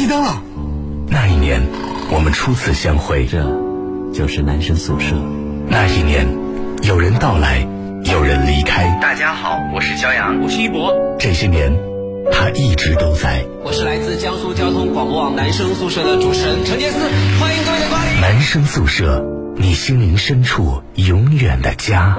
熄灯了。 那一年，我们初次相会， 这就是男生宿舍。 那一年，有人到来，有人离开。 大家好，我是骄阳， 我是一博。 这些年，他一直都在。 我是来自江苏交通广播网男生宿舍的主持人陈杰思，欢迎各位的光临。 男生宿舍，你心灵深处永远的家。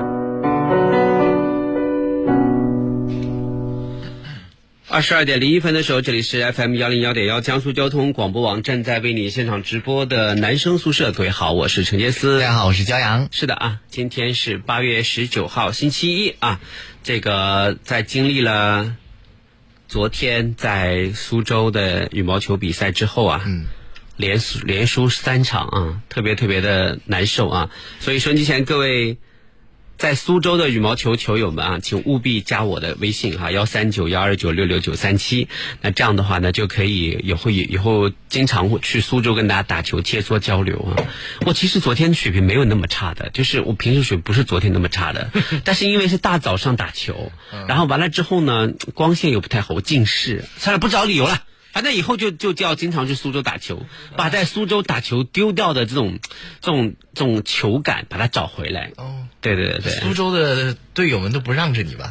22:01的时候，这里是 FM 101.1江苏交通广播网正在为你现场直播的男生宿舍。各位好，我是陈杰思。 大家好，我是骄阳。 是的啊，今天是8月19号星期一啊。这个在经历了昨天在苏州的羽毛球比赛之后啊，连输3场啊，特别的难受啊。所以收音机前各位在苏州的羽毛球球友们啊，请务必加我的微信哈，13912966937。那这样的话呢，就可以以后经常去苏州跟大家打球切磋交流啊。我其实昨天水平没有那么差的，就是我平时水平不是昨天那么差的，但是因为是大早上打球，然后完了之后呢，光线又不太好，我近视，算了，不找理由了。反正以后就要经常去苏州打球，把在苏州打球丢掉的这种球感把它找回来。哦，对， 苏州的队友们都不让着你吧？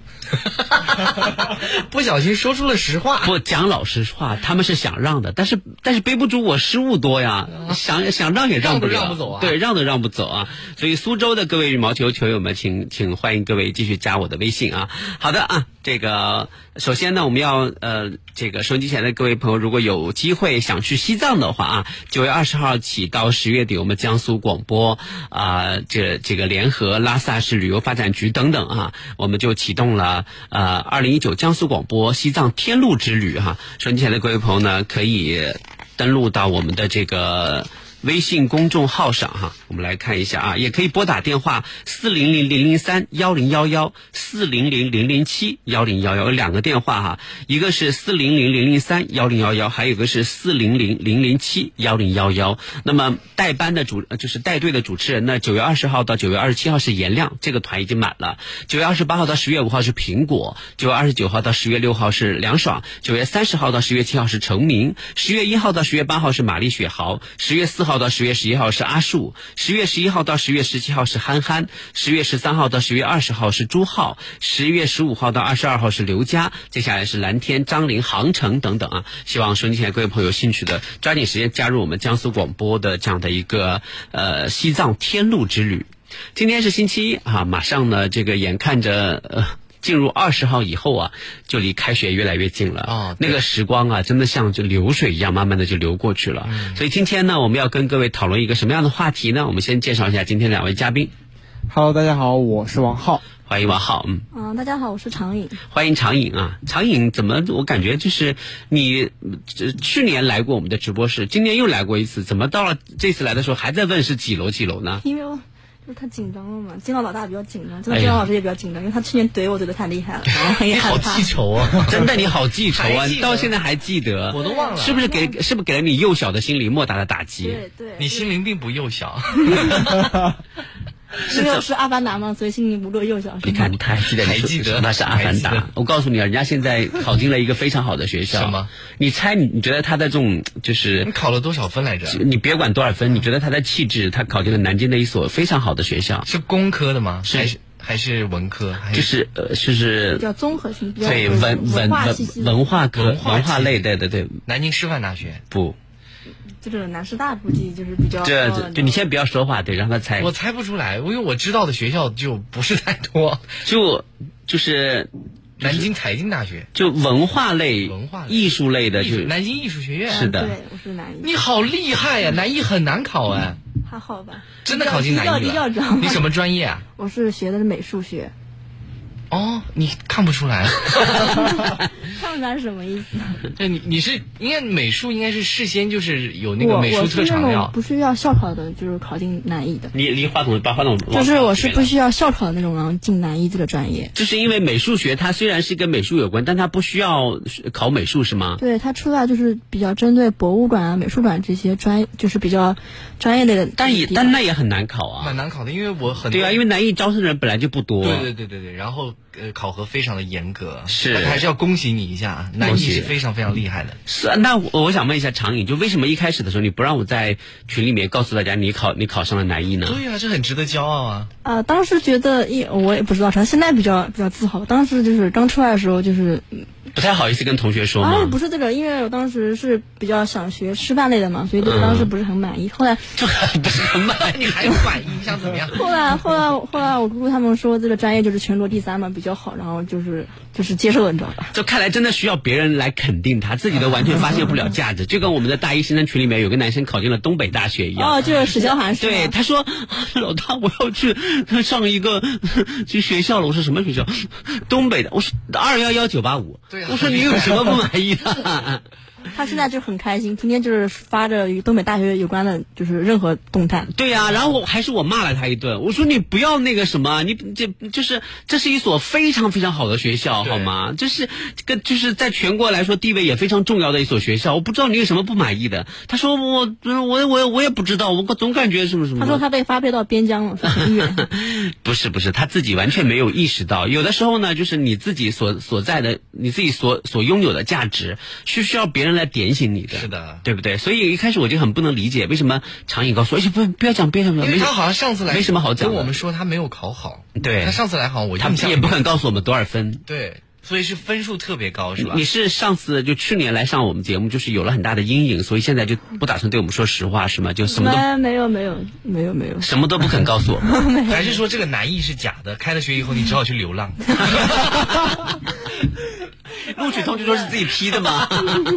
不小心说出了实话。 不讲老实话，他们是想让的，但是背不住我失误多呀，想让也让不了， 让不走啊。 对，让都让不走啊。所以苏州的各位羽毛球球友们，请欢迎各位继续加我的微信啊。好的啊，这个首先呢，我们要这个收音机前的各位朋友，如果有机会想去西藏的话啊，9月20号起到10月底，我们江苏广播这个联合拉萨市旅游发展局等等啊，我们就启动了2019江苏广播西藏天路之旅哈。收音机前的各位朋友呢，可以登录到我们的这个微信公众号上哈，我们来看一下啊，也可以拨打电话400-003-1011 400-007-1011，有2个电话哈，一个是400-003-1011，还有一个是400-007-1011。那么带班的就是带队的主持人呢，9月20号到9月27号是颜亮，这个团已经满了。9月28号到10月5号是苹果，9月29号到10月6号是梁爽，9月30号到10月7号是成明，10月1号到10月8号是玛丽雪豪，10月4号到10月11号是阿树，10月11号到10月17号是憨憨，10月13号到10月20号是朱浩，10月15号到22号是刘佳，接下来是蓝天、张琳、杭城等等啊。希望收音机前各位朋友有兴趣的，抓紧时间加入我们江苏广播的这样的一个西藏天路之旅。今天是星期一啊，马上呢这个眼看着进入20号以后啊，就离开学越来越近了。那个时光啊，真的像就流水一样，慢慢的就流过去了。所以今天呢，我们要跟各位讨论一个什么样的话题呢？我们先介绍一下今天2位嘉宾。 Hello， 大家好，我是王浩。 欢迎王浩。 大家好，我是常颖。 欢迎常颖啊！常颖怎么我感觉就是你去年来过我们的直播室，今年又来过一次，怎么到了这次来的时候还在问是几楼呢？ 因为就是太紧张了嘛，金老大比较紧张，真的金老师也比较紧张，因为他去年怼我怼得太厉害了，然后也害怕。 你好记仇啊！ 真的你好记仇啊！你到现在还记得？ 我都忘了。 是不是给了你幼小的心灵莫大的打击？ 对， 你心灵并不幼小。 因为我是阿凡达嘛，所以心灵不够幼小。 你看他还记得那是阿凡达。我告诉你啊，人家现在考进了一个非常好的学校。 什么？ 你猜你觉得他的这种就是你考了多少分来着？ 你别管多少分，你觉得他的气质，他考进了南京的一所非常好的学校。 是工科的吗？还是文科？ 就是比较综合性， 对文化科文化类对。 南京师范大学不。 就是南师大估计就是比较对，你先不要说话，对，让他猜。 我猜不出来，因为我知道的学校就不是太多， 就是南京财经大学， 就文化类、艺术类的，就南京艺术学院。 是的， 对，我是南艺。 你好厉害呀！南艺很难考哎。 还好吧？ 真的考进南艺了？你什么专业啊？ 我是学的是美术学。 哦，你看不出来。 看不出来是什么意思？ 对，你是应该美术应该是事先就是有那个美术特长的呀。 不需要校考的，就是考进南艺的。 你离话筒把话筒。 就是我是不需要校考的那种，然后进南艺这个专业。 就是因为美术学它虽然是跟美术有关，但它不需要考美术是吗？ 对，它出来就是比较针对博物馆啊、美术馆这些就是比较专业类的。 但那也很难考啊。 蛮难考的，因为我很对啊，因为南艺招生的人本来就不多。 对，然后考核非常的严格， 是但还是要恭喜你一下，南艺是非常非常厉害的。 是，那我想问一下常颖，就为什么一开始的时候你不让我在群里面告诉大家你考上了南艺呢？ 对啊，这很值得骄傲啊。 当时觉得我也不知道啥，现在比较自豪。当时就是刚出来的时候，就是不太好意思跟同学说吗？ 不是这个，因为我当时是比较想学师范类的嘛，所以对当时不是很满意。后来这不是很满意， 你还不满意？你想怎么样？ 后来我姑姑他们说这个专业就是全国第3嘛，比较好，然后就是接受了，你知道吧？ 就看来真的需要别人来肯定他，自己都完全发现不了价值，就跟我们的大一新生群里面有个男生考进了东北大学一样。 就是史交涵。 对，他说老大我要去上一个去学校了。我说什么学校？东北的。我说211-985。 对啊。 我说你有什么不满意的？ 他现在就很开心，天天就是发着与东北大学有关的，就是任何动态。 对呀，然后我骂了他一顿，我说你不要那个什么，你这是一所非常非常好的学校，好吗？就是在全国来说地位也非常重要的一所学校，我不知道你有什么不满意的。他说我也不知道，我总感觉什么什么。 他说他被发配到边疆了，很远。 不是，他自己完全没有意识到，有的时候呢，就是你自己所在的，你自己所拥有的价值，是需要别人来点醒你的， 是的， 对不对？所以一开始我就很不能理解，为什么常颖告诉我，不要讲，因为他好像上次来没什么好讲的， 跟我们说他没有考好， 对， 他上次来好像他们也不肯告诉我们多少分， 对，所以是分数特别高，是吧？ 你是上次就去年来上我们节目，就是有了很大的阴影，所以现在就不打算对我们说实话，是吗？就什么都没有， 什么都不肯告诉我们， 还是说这个南艺是假的？开了学以后你只好去流浪。 录取通知书是自己批的吗？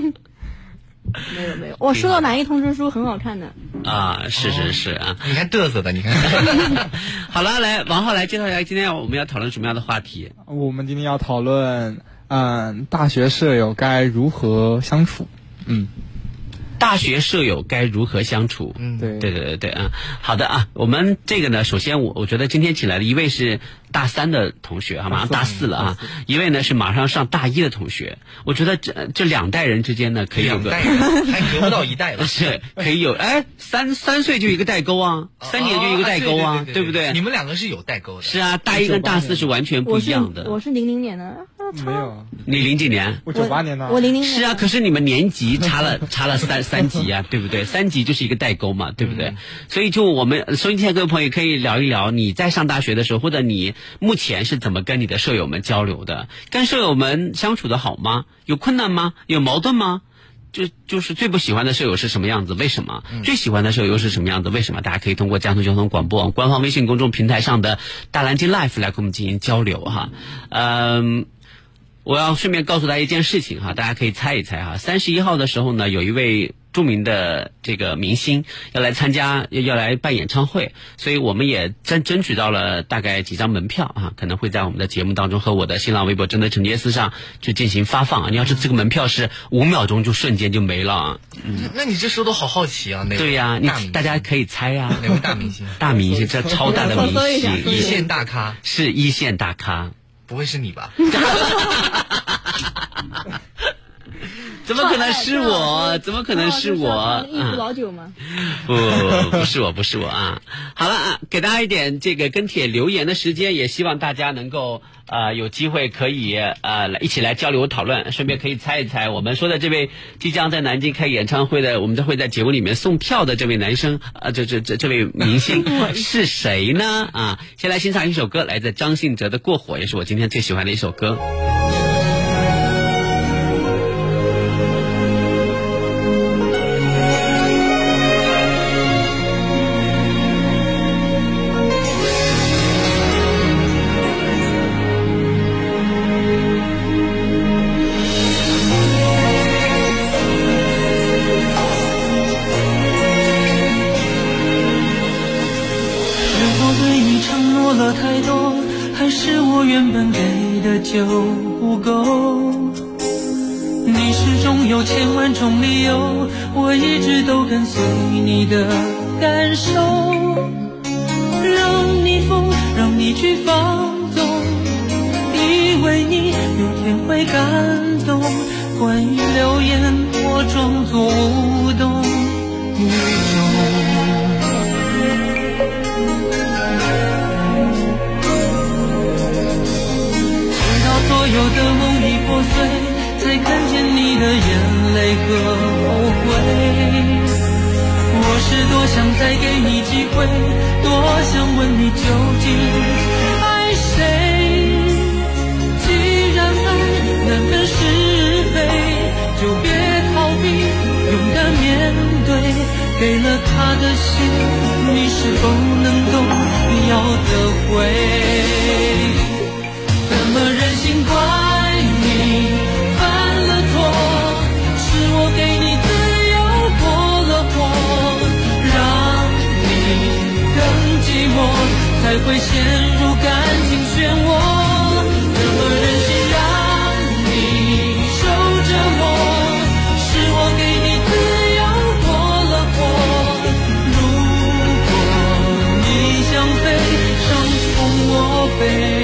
没有，我收到南艺通知书很好看的啊，是啊， 你看嘚瑟的，你看。 好了，来王浩来介绍一下今天我们要讨论什么样的话题。 我们今天要讨论，大学舍友该如何相处。 大学舍友该如何相处？对啊，好的啊，我们这个呢，首先我觉得今天请来的一位是大3的同学，马上大4了啊，一位呢是马上上大1的同学。我觉得这2代人之间呢，可以有个 2代人还隔不到1代了， 是可以有3岁就一个代沟啊，3年就一个代沟啊，对不对？ 你们2个是有代沟的。 是啊，大1跟大4是完全不一样的。 我是00年的。 没有， 你0几年？ 我98年的。 我00年。 是啊，可是你们年级差了3级啊，对不对？3级就是一个代沟嘛，对不对？所以就我们收音机前各位朋友可以聊一聊，你在上大学的时候，或者你目前是怎么跟你的舍友们交流的？跟舍友们相处的好吗？有困难吗？有矛盾吗？就是最不喜欢的舍友是什么样子？为什么？最喜欢的舍友又是什么样子？为什么？大家可以通过江苏交通广播网官方微信公众平台上的大蓝鲸 Life 来跟我们进行交流哈。我要顺便告诉大家一件事情哈，大家可以猜一猜哈。31号的时候呢，有一位著名的这个明星要来办演唱会，所以我们也争取到了大概几张门票啊，可能会在我们的节目当中和我的新浪微博真的陈杰斯上去进行发放啊。你要是这个门票是5秒钟就瞬间就没了啊。 那你这时候都好好奇啊。 对呀，大家可以猜啊。 哪位大明星？ 大明星，这超大的明星， 一线大咖。 是一线大咖。 不会是你吧？ 怎么可能是我？怎么可能是我？ 一壶老酒吗？ 不是我啊！好了啊，给大家一点这个跟帖留言的时间，也希望大家能够有机会可以一起来交流讨论，顺便可以猜一猜我们说的这位即将在南京开演唱会的，我们会在节目里面送票的这位男生这位明星是谁呢？啊，先来欣赏一首歌，来自张信哲的《过火》，也是我今天最喜欢的一首歌。 太多，还是我原本给的就不够。你始终有千万种理由，我一直都跟随你的感受，让你疯，让你去放纵，以为你有天会感动。关于流言，我装作无动于衷。 有的梦已破碎，才看见你的眼泪和后悔。我是多想再给你机会，多想问你究竟爱谁。既然爱难分是非，就别逃避，勇敢面对。给了他的心，你是否能懂要的回？怎么忍心怪你犯了错？是我给你自由过了火，让你更寂寞，才会陷入感情漩涡。怎么忍心让你受折磨？是我给你自由过了火，如果你想飞，伤痛我背。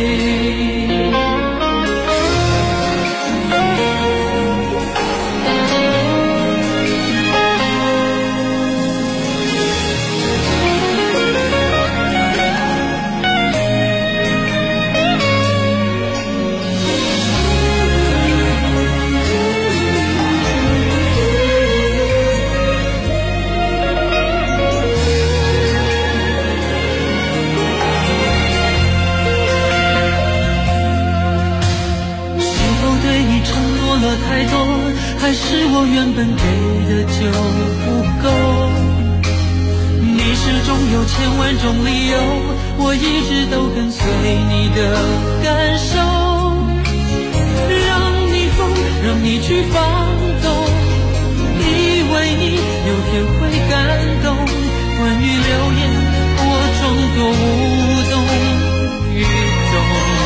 太多，还是我原本给的就不够？你始终有千万种理由，我一直都跟随你的感受，让你疯，让你去放纵，以为你有天会感动。关于流言，我装作无动于衷。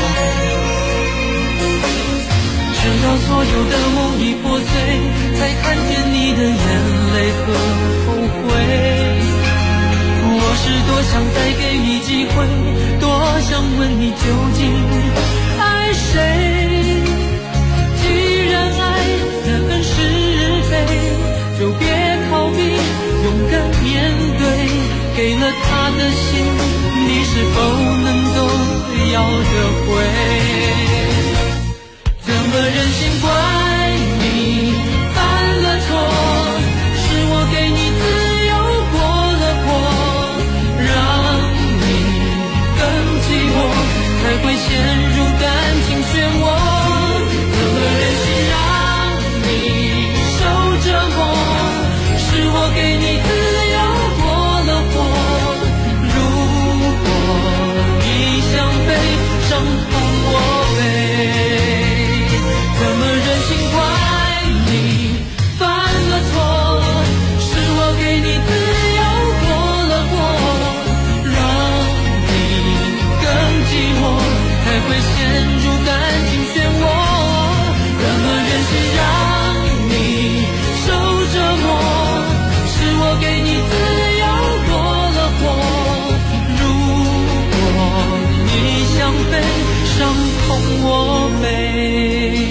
直到所有的梦已破碎，才看见你的眼泪和后悔。我是多想再给你机会，多想问你究竟爱谁。既然爱难分是非，就别逃避，勇敢面对。给了他的心，你是否能够要得回？怎么忍心怪你犯了错？是我给你自由过了火，让你更寂寞，才会陷入感情漩涡。怎么忍心让你受折磨？是我给你自由过了火，如果你想飞，伤痛我背。怎么忍心怪你犯了错？是我给你自由过了火，让你更寂寞，才会陷入感情漩涡。怎么忍心让你受折磨？是我给你自由过了火，如果你想飞，伤痛我背。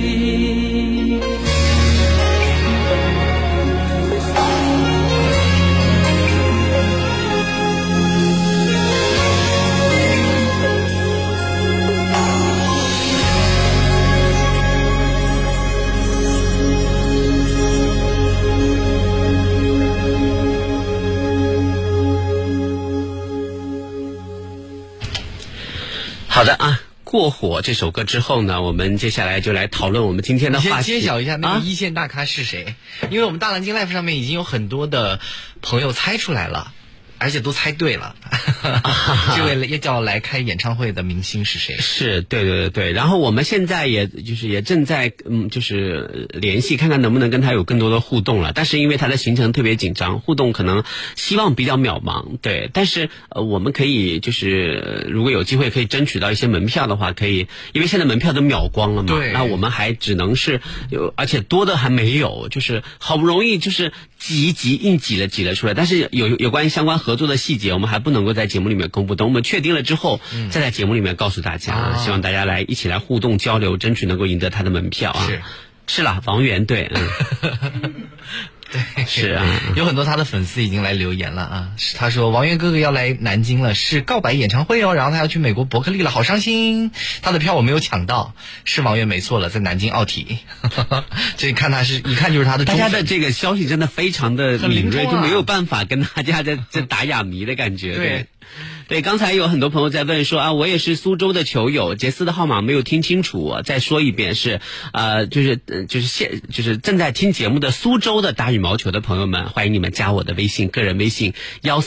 好的啊，过火这首歌之后呢，我们接下来就来讨论我们今天的话题。 你先揭晓一下那个一线大咖是谁？因为我们大蓝鲸 Live 上面已经有很多的朋友猜出来了，而且都猜对了。这位要来开演唱会的明星是谁？ 是，对。然后我们现在也正在就是联系，看看能不能跟他有更多的互动了。但是因为他的行程特别紧张，互动可能希望比较渺茫。对，但是我们可以就是如果有机会可以争取到一些门票的话，可以，因为现在门票都秒光了嘛。 对。 那我们还只能是而且多的还没有，就是好不容易就是硬挤了出来。但是有关于相关合作的细节，我们还不能够在节目里面公布，等我们确定了之后，再在节目里面告诉大家。希望大家一起来互动交流，争取能够赢得他的门票啊！是啦，王源对， 对， 是啊， 有很多他的粉丝已经来留言了啊。他说王源哥哥要来南京了，是告白演唱会哦，然后他要去美国伯克利了，好伤心。他的票我没有抢到，是王源没错了，在南京奥体。这看他是一看就是他的忠粉。 大家的这个消息真的非常的敏锐，就没有办法跟大家这打哑谜的感觉。对，刚才有很多朋友在问说啊，我也是苏州的球友，杰斯的号码没有听清楚，再说一遍是就是正在听节目的苏州的打羽毛球的朋友们，欢迎你们加我的微信，个人微信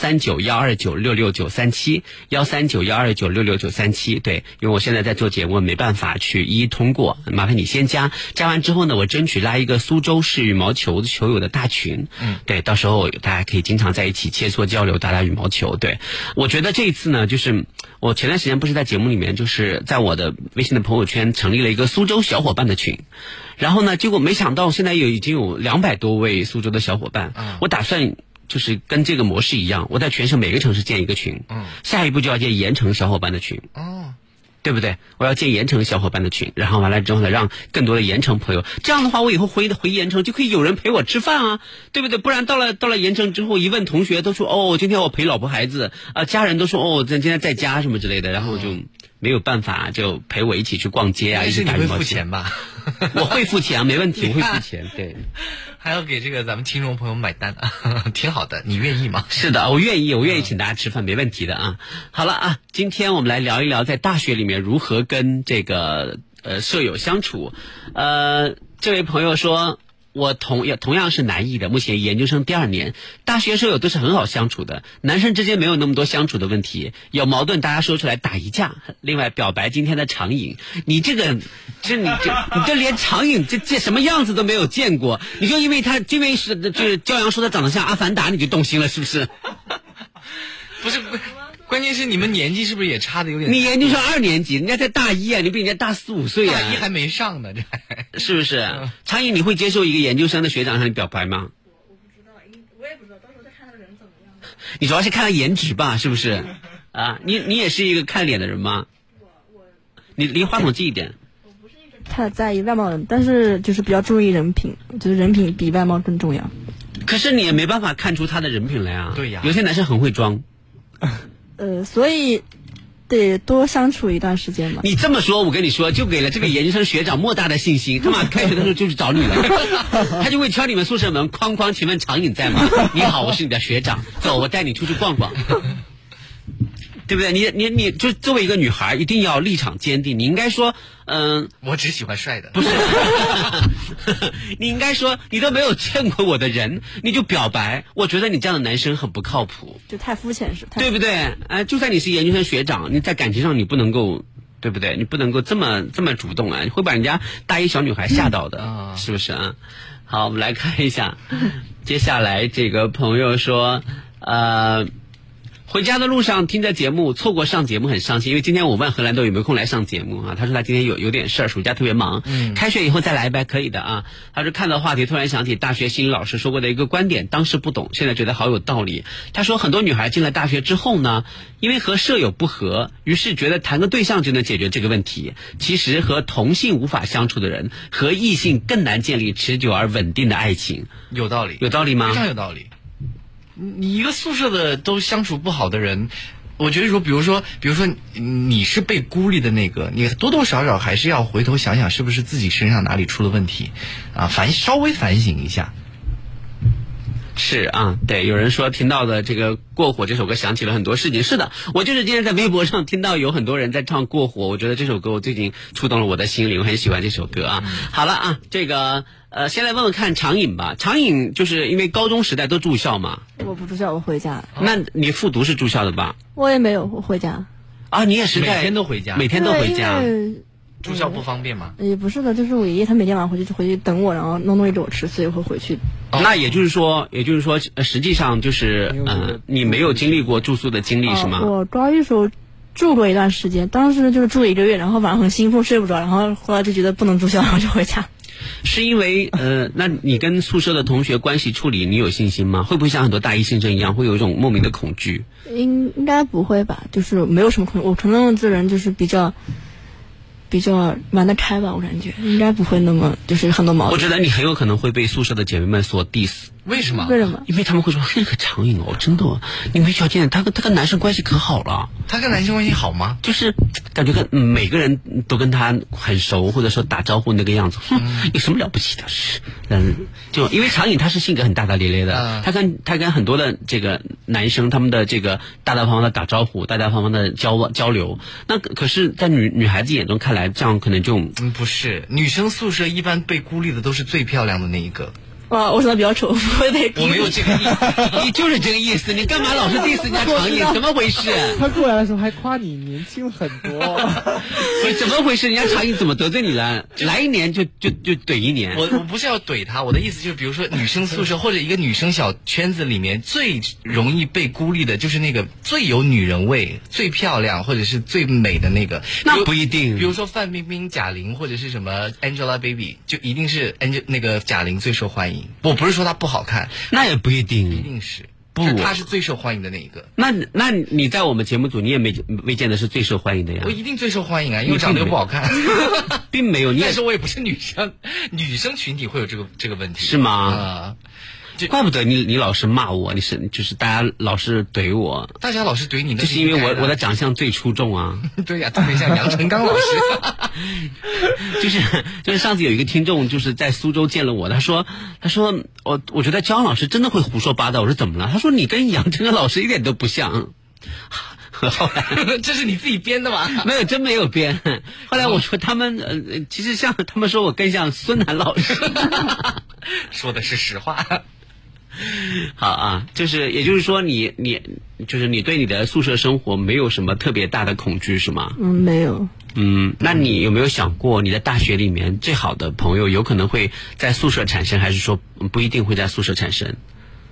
13912966937，13912966937。对，因为我现在在做节目，没办法去一一通过，麻烦你先加完之后呢，我争取拉一个苏州市羽毛球球友的大群。对，到时候大家可以经常在一起切磋交流，打打羽毛球。对，我觉得这一次呢，就是我前段时间不是在节目里面，就是在我的微信的朋友圈成立了一个苏州小伙伴的群，然后呢，结果没想到现在已经有200多位苏州的小伙伴。我打算就是跟这个模式一样，我在全省每个城市建一个群。下一步就要建盐城小伙伴的群。对不对？我要建盐城小伙伴的群，然后完了之后呢，让更多的盐城朋友，这样的话我以后回盐城就可以有人陪我吃饭啊，对不对？不然到了盐城之后，一问同学都说哦，今天我陪老婆孩子啊，家人都说哦，今天在家什么之类的，然后就没有办法就陪我一起去逛街啊，一起打羽毛球。 你会付钱吧？ 我会付钱，没问题，我会付钱。对， 还要给这个咱们听众朋友买单啊，挺好的，你愿意吗？ 是的，我愿意请大家吃饭，没问题的啊。好了啊，今天我们来聊一聊在大学里面如何跟这个舍友相处。这位朋友说，我同样是南艺的，目前研究生第2年，大学舍友都是很好相处的，男生之间没有那么多相处的问题，有矛盾大家说出来打一架。另外表白今天的长影，你这连长影这什么样子都没有见过，你就因为就是骄阳说他长得像阿凡达，你就动心了是不是？ 不是。关键是你们年纪是不是也差的有点？ 你研究生2年级，人家在大1啊，你比人家大4、5岁啊， 大1还没上呢，这是不是？长影，你会接受一个研究生的学长向你表白吗？ 我不知道，我也不知道，到时候再看他的人怎么样。 你主要是看他颜值吧，是不是？啊，你也是一个看脸的人吗？你离话筒近一点。 我不是一个太在意外貌的人，但是就是比较注意人品，就是人品比外貌更重要。 可是你也没办法看出他的人品来啊。 对呀， 有些男生很会装。 所以得多相处一段时间嘛。 你这么说，我跟你说，就给了这个研究生学长莫大的信心。他开学的时候就去找你了，他就会敲你们宿舍门，哐哐，请问长影在吗？你好，我是你的学长，走，我带你出去逛逛。对不对？你就作为一个女孩，一定要立场坚定。你应该说， 我只喜欢帅的。 不是，你应该说，你都没有见过我的人，你就表白。我觉得你这样的男生很不靠谱， 就太肤浅是。 对不对？就算你是研究生学长，你在感情上你不能够，对不对？你不能够这么主动啊，你会把人家大1小女孩吓到的，是不是啊？好，我们来看一下，接下来这个朋友说，回家的路上听着节目，错过上节目很伤心，因为今天我问荷兰豆有没有空来上节目啊？他说他今天有点事儿，暑假特别忙，开学以后再来呗，可以的啊。他说看到话题突然想起大学心理老师说过的一个观点，当时不懂，现在觉得好有道理。他说很多女孩进了大学之后呢，因为和舍友不合，于是觉得谈个对象就能解决这个问题。其实和同性无法相处的人，和异性更难建立持久而稳定的爱情。 有道理， 有道理吗？ 非常有道理。你一个宿舍的都相处不好的人，我觉得说，比如说你是被孤立的那个，你多多少少还是要回头想想，是不是自己身上哪里出了问题啊？稍微反省一下。 是啊，对，有人说听到的这个《过火》这首歌想起了很多事情。是的，我就是今天在微博上听到有很多人在唱《过火》，我觉得这首歌我最近触动了我的心灵，我很喜欢这首歌啊。好了啊，这个先来问问看长影吧。长影就是因为高中时代都住校嘛？ 我不住校，我回家。 那你复读是住校的吧？ 我也没有，我回家。 啊，你也是每天都回家？ 每天都回家。 住校不方便吗？ 也不是的，就是我爷爷他每天晚上回去等我，然后弄东西给我吃，所以会回去。 那也就是说，实际上就是你没有经历过住宿的经历是吗？ 我高一时候住过一段时间，当时就是住1个月，然后晚上很兴奋睡不着，然后后来就觉得不能住校，然后就回家。 是因为那你跟宿舍的同学关系处理你有信心吗？会不会像很多大一新生一样，会有一种莫名的恐惧？ 应该不会吧，就是没有什么恐惧。我可能这人就是比较玩得开吧，我感觉应该不会那么就是很多矛盾。 我觉得你很有可能会被宿舍的姐妹们所 diss。 为什么？ 为什么？ 因为他们会说那个常颖哦，真的，你没瞧见他跟男生关系可好了。 他跟男生关系好吗？ 就是感觉每个人都跟他很熟，或者说打招呼那个样子，有什么了不起的？就因为常颖他是性格很大大咧咧的，他跟很多的这个男生他们的这个大大方方的打招呼，大大方方的交流。那可是，在女孩子眼中看来，这样可能就不是。女生宿舍一般被孤立的都是最漂亮的那一个。 我长得比较丑，不会被。 我没有这个意思， 你就是这个意思，你干嘛老是 diss 人家常颖？怎么回事？ 他过来的时候还夸你年轻很多， 你怎么回事？人家常颖怎么得罪你了？来一年就怼一年。 我不是要怼他，我的意思就是，比如说女生宿舍或者一个女生小圈子里面，最容易被孤立的就是那个最有女人味、最漂亮或者是最美的那个。 那不一定， 比如说范冰冰、贾玲或者是什么 Angelababy， 就一定是那个贾玲最受欢迎。我不是说她不好看， 那也不一定， 一定是不， 她是最受欢迎的那一个。 那你在我们节目组，你也未见得是最受欢迎的呀。 我一定最受欢迎啊，因为我长得又不好看， 并没有。 但是我也不是女生，女生群体会有这个问题， 是吗？怪不得你老是骂我，就是大家老是怼我， 大家老是怼你， 就是因为我的长相最出众啊。 对呀，特别像杨成刚老师。 就是上次有一个听众就是在苏州见了我，他说我觉得焦老师真的会胡说八道。我说怎么了？他说你跟杨成刚老师一点都不像。后来这是你自己编的吗？ 没有，真没有编。后来我说他们其实像他们说我更像孙楠老师。 说的是实话。 好啊，也就是说你对你的宿舍生活没有什么特别大的恐惧是吗？ 没有。 那你有没有想过你的大学里面最好的朋友有可能会在宿舍产生，还是说不一定会在宿舍产生？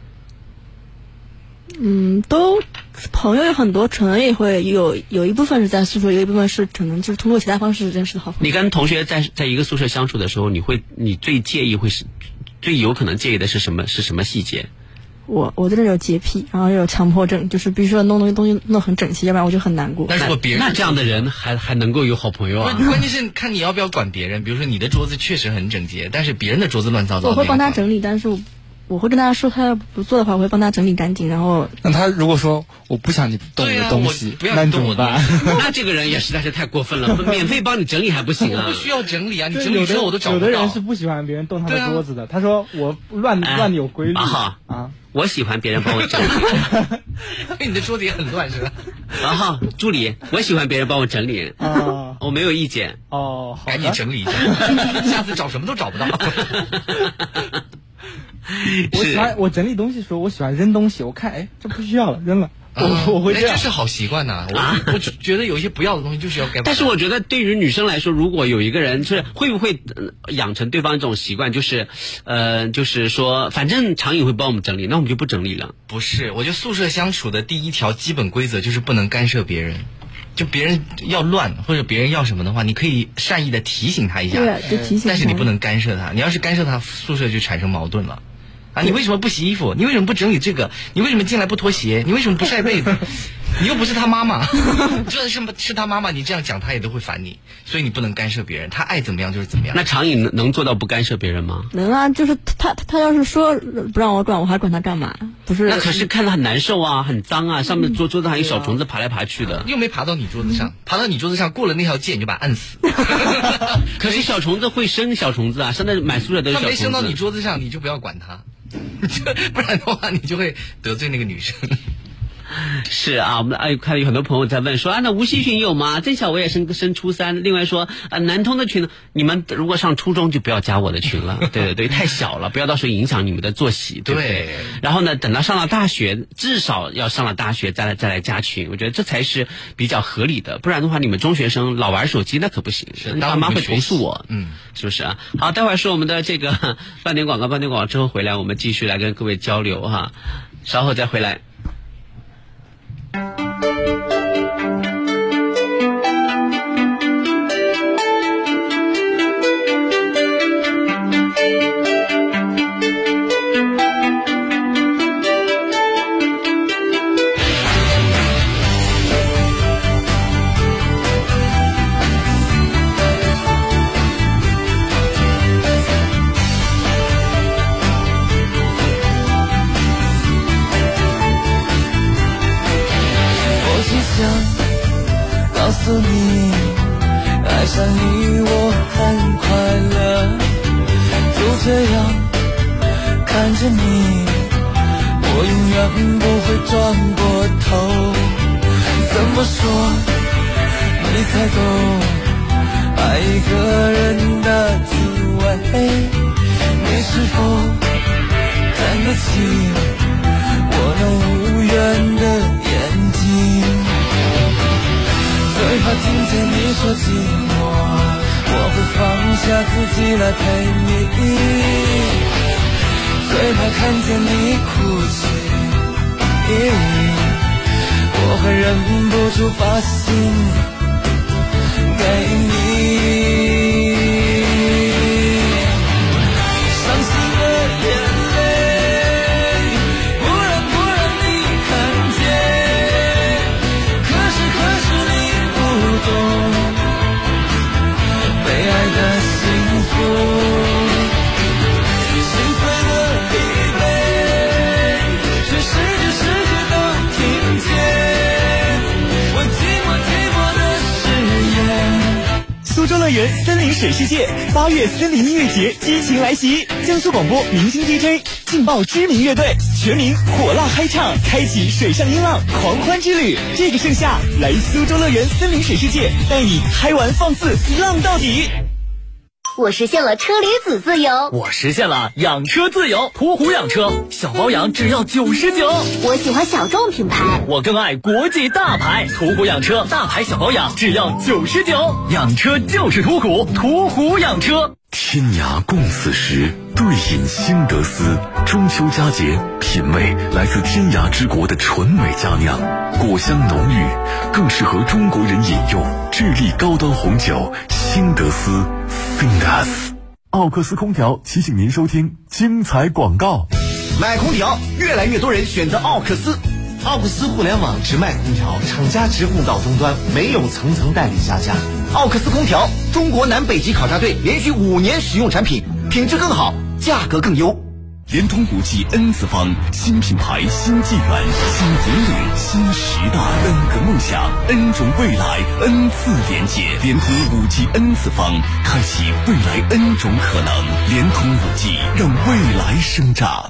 都朋友有很多，可能也会有一部分是在宿舍，有一部分是可能就是通过其他方式认识的好朋友。 你跟同学在一个宿舍相处的时候，你最介意最有可能介意的是什么细节？ 我这人有洁癖，然后又有强迫症，就是必须要弄东西弄很整齐，要不然我就很难过。 但如果别人那这样的人还能够有好朋友啊？ 关键是看你要不要管别人。比如说你的桌子确实很整洁，但是别人的桌子乱糟糟。 我会帮他整理，但是我会跟他说，他要不做的话，我会帮他整理干净。然后， 那他如果说我不想你动我的东西， 不要你动我的东西， 那这个人也实在是太过分了。免费帮你整理还不行啊？ 不需要整理啊，你整理之后我都找不到。 有的人是不喜欢别人动他的桌子的，他说我乱有规律啊。我喜欢别人帮我整理， 因为你的桌子也很乱是吧？ 助理，我喜欢别人帮我整理啊，我没有意见哦， 赶紧整理一下，下次找什么都找不到。 我整理东西的时候，我喜欢扔东西，我看这不需要了，扔了。我会这样， 这是好习惯呐。我觉得有一些不要的东西就是要该。 但是我觉得对于女生来说，如果有一个人就是会不会养成对方这种习惯，就是说反正常颖会帮我们整理，那我们就不整理了。 不是，我觉得宿舍相处的第一条基本规则就是不能干涉别人。就别人要乱或者别人要什么的话，你可以善意的提醒他一下， 对，就提醒他。 但是你不能干涉他，你要是干涉他，宿舍就产生矛盾了。你为什么不洗衣服？你为什么不整理这个？你为什么进来不脱鞋？你为什么不晒被子？你又不是他妈妈，就算是他妈妈，你这样讲他也都会烦你，所以你不能干涉别人，他爱怎么样就是怎么样。 那常颖能做到不干涉别人吗？ 能啊，就是他要是说不让我管，我还管他干嘛？不是？ 那可是看着很难受啊，很脏啊，上面桌子上有小虫子爬来爬去的， 又没爬到你桌子上，爬到你桌子上过了那条界你就把它按死。 可是小虫子会生小虫子啊，现在满宿舍都是小虫子。 他没生到你桌子上，你就不要管他。不然的话你就会得罪那个女生。 是啊，我们看到有很多朋友在问说那无锡群有吗？郑小薇也升初三。另外说南通的群，你们如果上初中就不要加我的群了。对，太小了，不要到时候影响你们的作息，对不对？然后呢，等到上了大学，至少要上了大学再来加群，我觉得这才是比较合理的。不然的话，你们中学生老玩手机那可不行，爸妈会投诉我。是不是啊？好，待会儿是我们的这个半点广告之后回来，我们继续来跟各位交流哈，稍后再回来。 上你我很快乐，就这样看着你，我永远不会转过头。怎么说你才懂爱一个人的滋味？你是否看得起我那无缘的眼睛？最怕听见你说寂寞，我会放下自己来陪你。最怕看见你哭泣，我会忍不住把心给你。伤心的眼泪不让你看见，可是你不懂被爱的幸福。心碎的疲惫，全世界都听见我寂寞的誓言。 苏州乐园森林水世界8月森林音乐节激情来袭，江苏广播明星 DJ 劲爆知名乐队，全民火辣嗨唱，开启水上音浪狂欢之旅。这个盛夏，来苏州乐园森林水世界，带你嗨玩放肆浪到底。 我实现了车厘子自由， 我实现了养车自由，途虎养车小保养只要99。 我喜欢小众品牌， 我更爱国际大牌，途虎养车大牌小保养只要99。养车就是途虎，途虎养车。 天涯共此时，对饮新德斯。中秋佳节，品味来自天涯之国的纯美佳酿，果香浓郁，更适合中国人饮用。智利高端红酒新德斯 Findas。 奥克斯空调提醒您收听精彩广告。 买空调，越来越多人选择奥克斯。奥克斯互联网直卖空调，厂家直供到终端，没有层层代理下架。奥克斯空调，中国南北极考察队连续5年使用产品，品质更好，价格更优。 联通5G N 次方，新品牌，新纪元，新引领，新时代。N 个梦想，N 种未来，N 次连接。联通5G N 次方，开启未来 N 种可能。联通5G，让未来生长。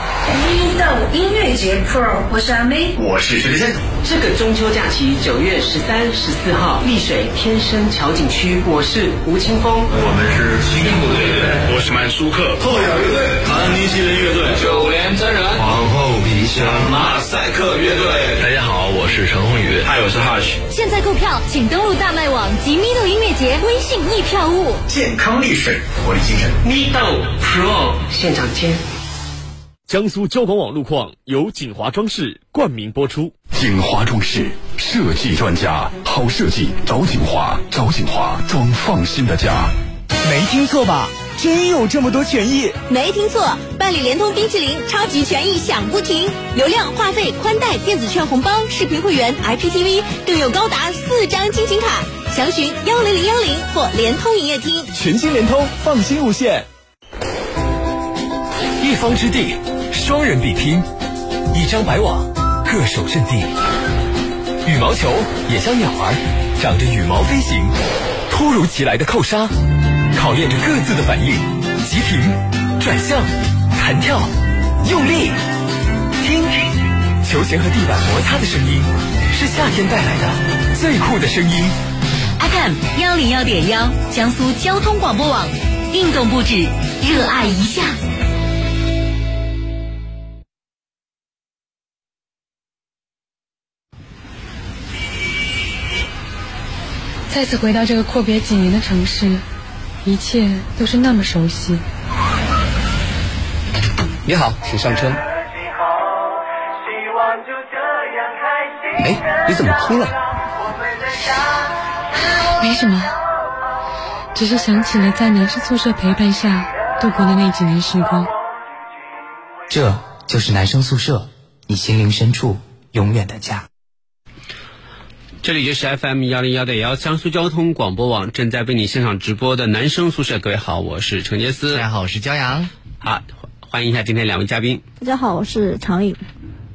1到5音乐节 Pro， 我是阿妹， 我是薛之谦。 这个中秋假期9月13、14号，丽水天生桥景区，我是吴青峰， 我们是新木乐队，我是满舒克，后摇乐队，安妮新人乐队，九连真人，皇后皮箱，马赛克乐队。大家好，我是陈宏宇，嗨，我是 Hush。 现在购票请登录大麦网及 Mido 音乐节微信易票务。 健康丽水，活力精神。 Mido Pro 现场见。 江苏交广网路况由锦华装饰冠名播出。 锦华装饰设计专家，好设计找锦华，找锦华装放心的家。 没听错吧？真有这么多权益？ 没听错，办理联通冰淇淋超级权益享不停，流量、话费、宽带、电子券红包、视频会员、IPTV， 更有高达4张金琴卡。详询10010或联通营业厅。 全新联通，放心无限。 一方之地，双人比拼，一张白网，各守阵地。羽毛球也像鸟儿，长着羽毛飞行。突如其来的扣杀，考验着各自的反应。急停、转向、弹跳、用力，听，球弦和地板摩擦的声音，是夏天带来的最酷的声音。 FM 101.1，江苏交通广播网，运动不止，热爱一下。 再次回到这个阔别几年的城市，一切都是那么熟悉。 你好，请上车。哎，你怎么哭了？ 没什么，只是想起了在男生宿舍陪伴下度过的那几年时光。 这就是男生宿舍，你心灵深处永远的家。 这里就是 FM 101.1江苏交通广播网正在为你现场直播的男生宿舍。各位好，我是陈杰斯。 大家好，我是骄阳。 好，欢迎一下今天2位嘉宾。 大家好，我是常颖。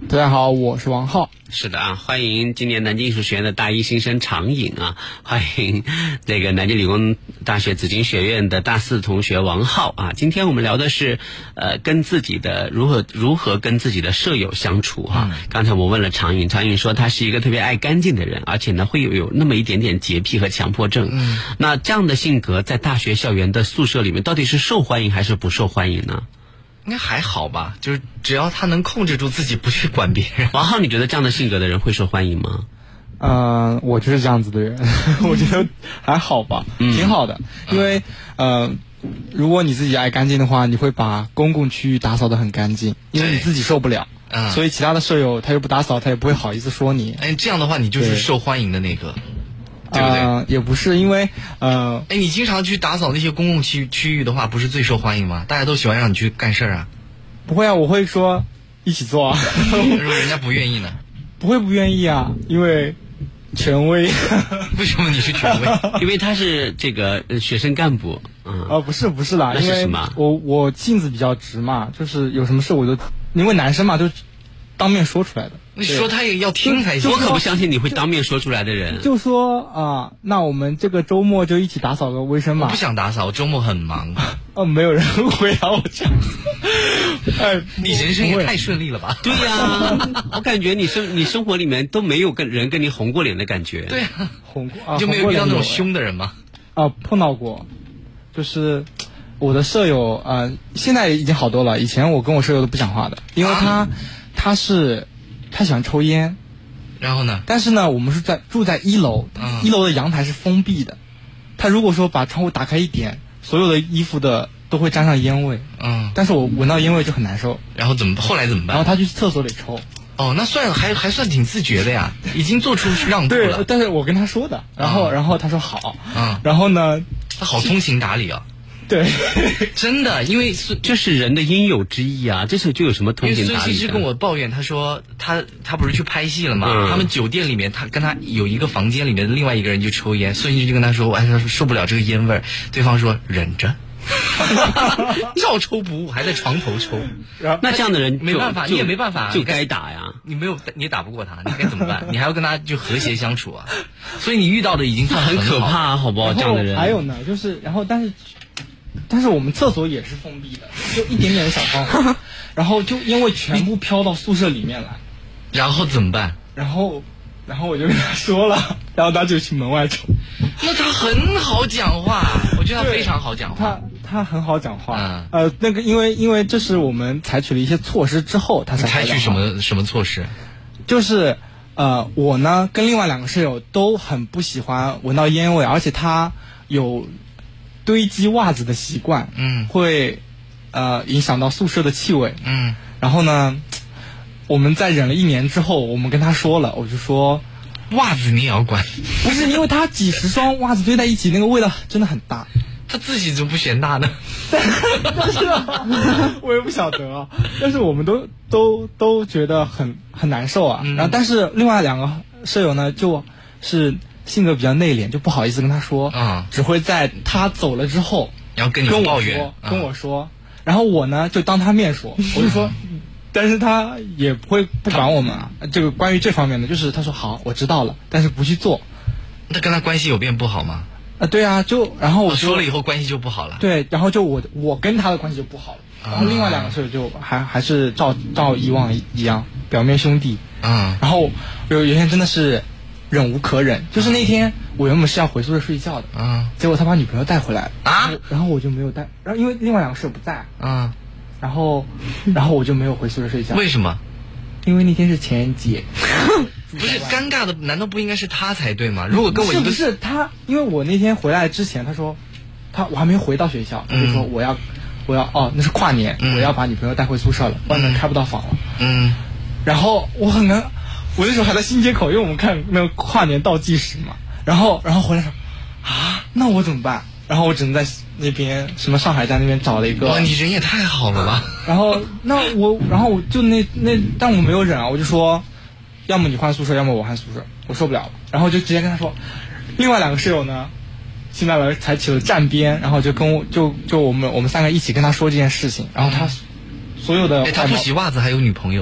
大家好，我是王浩。 是的啊，欢迎今年南京艺术学院的大一新生常颖啊，欢迎这个南京理工大学紫金学院的大四同学王浩啊。今天我们聊的是跟自己的如何跟自己的舍友相处哈。刚才我问了常颖，常颖说他是一个特别爱干净的人，而且呢会有那么一点点洁癖和强迫症。那这样的性格在大学校园的宿舍里面到底是受欢迎还是不受欢迎呢？ 应该还好吧，就是只要他能控制住自己，不去管别人。 王浩，你觉得这样的性格的人会受欢迎吗？ 我就是这样子的人，我觉得还好吧，挺好的。因为如果你自己爱干净的话，你会把公共区域打扫得很干净，因为你自己受不了，所以其他的舍友他又不打扫，他也不会好意思说你。 这样的话你就是受欢迎的那个。对不对？ 也不是，因为你经常去打扫那些公共区域的话，不是最受欢迎吗？大家都喜欢让你去干事儿啊。 不会啊，我会说一起做啊。 如果人家不愿意呢？ 不会不愿意啊，因为权威。 为什么你是权威？ 因为他是这个学生干部。 不是啦， 那是什么？ 因为我性子比较直嘛，就是有什么事我就因为男生嘛，就当面说出来的。 你说他也要听才行。 我可不相信你会当面说出来的人。 就说那我们这个周末就一起打扫个卫生嘛。 我不想打扫，我周末很忙。 没有人回答我这样。 你人生也太顺利了吧？ 对呀，我感觉你生活里面都没有人跟你红过脸的感觉。 对啊， 红过你就没有遇到那种凶的人吗？ 碰到过，就是我的舍友现在已经好多了。以前我跟我舍友都不讲话的，因为他喜欢抽烟， 然后呢？ 但是呢，我们是住在1楼，1楼的阳台是封闭的。他如果说把窗户打开一点，所有的衣服的都会沾上烟味。但是我闻到烟味就很难受。 然后后来怎么办？ 然后他去厕所里抽。 那还算挺自觉的呀，已经做出让步了。 对，但是我跟他说的，然后他说好。然后呢， 他好通情达理啊。 对， 真的，因为这是人的应有之义啊，这时候就有什么通情达理？ 孙羲之跟我抱怨，他说他不是去拍戏了吗？他们酒店里面，他跟他有一个房间里面的另外一个人就抽烟，孙羲之就跟他说，他受不了这个烟味儿，对方说忍着，照抽不误，还在床头抽。 那这样的人没办法，你也没办法， 就该打呀。 你也打不过他，你该怎么办？你还要跟他就和谐相处啊。所以你遇到的已经算很可怕，好不好？这样的人还有呢，就是但是我们厕所也是封闭的，就一点点的小窗户，然后就因为全部飘到宿舍里面来， 然后怎么办？ 然后我就跟他说了，然后他就去门外抽。 那他很好讲话，我觉得他非常好讲话。 他很好讲话。那个因为这是我们采取了一些措施之后，他才采取什么措施？ 就是我呢跟另外2个舍友都很不喜欢闻到烟味，而且他有堆积袜子的习惯，会影响到宿舍的气味，然后呢，我们在忍了1年之后，我们跟他说了，我就说， 袜子你也要管？ 不是，因为他几十双袜子堆在一起，那个味道真的很大。 他自己怎么不嫌大呢？ 但是我也不晓得啊。但是我们都觉得很难受啊。然后，但是另外2个舍友呢，就是性格比较内敛，就不好意思跟他说，只会在他走了之后， 然后跟你抱怨， 跟我说，然后我呢就当他面说，我就说，但是他也不管我们啊。这个关于这方面的，就是他说好，我知道了，但是不去做。 那跟他关系有变不好吗？ 对啊，然后我说了以后关系就不好了。 对，然后就我跟他的关系就不好了，然后另外2个舍友就还是照以往一样，表面兄弟。然后有一天真的是忍无可忍，就是那天我原本是要回宿舍睡觉的，结果他把女朋友带回来然后我就没有带，然后因为另外2个舍友不在，然后我就没有回宿舍睡觉。 为什么？ 因为那天是情人节。 不是尴尬的，难道不应该是他才对吗？如果跟我一个不是他，因为我那天回来之前，他说我还没回到学校，他就说我要那是跨年，我要把女朋友带回宿舍了，外面开不到房了。然后我那时候还在新街口，因为我们看那个跨年倒计时嘛。然后回来说那我怎么办？然后我只能在那边什么上海站那边找了一个。 哇，你人也太好了吧！ 然后我就但我没有忍啊，我就说。要么你换宿舍，要么我换宿舍，我受不了了。然后就直接跟他说，另外2个舍友呢，现在采取了站边，然后就跟我们3个一起跟他说这件事情。然后他所有的他不洗袜子还有女朋友，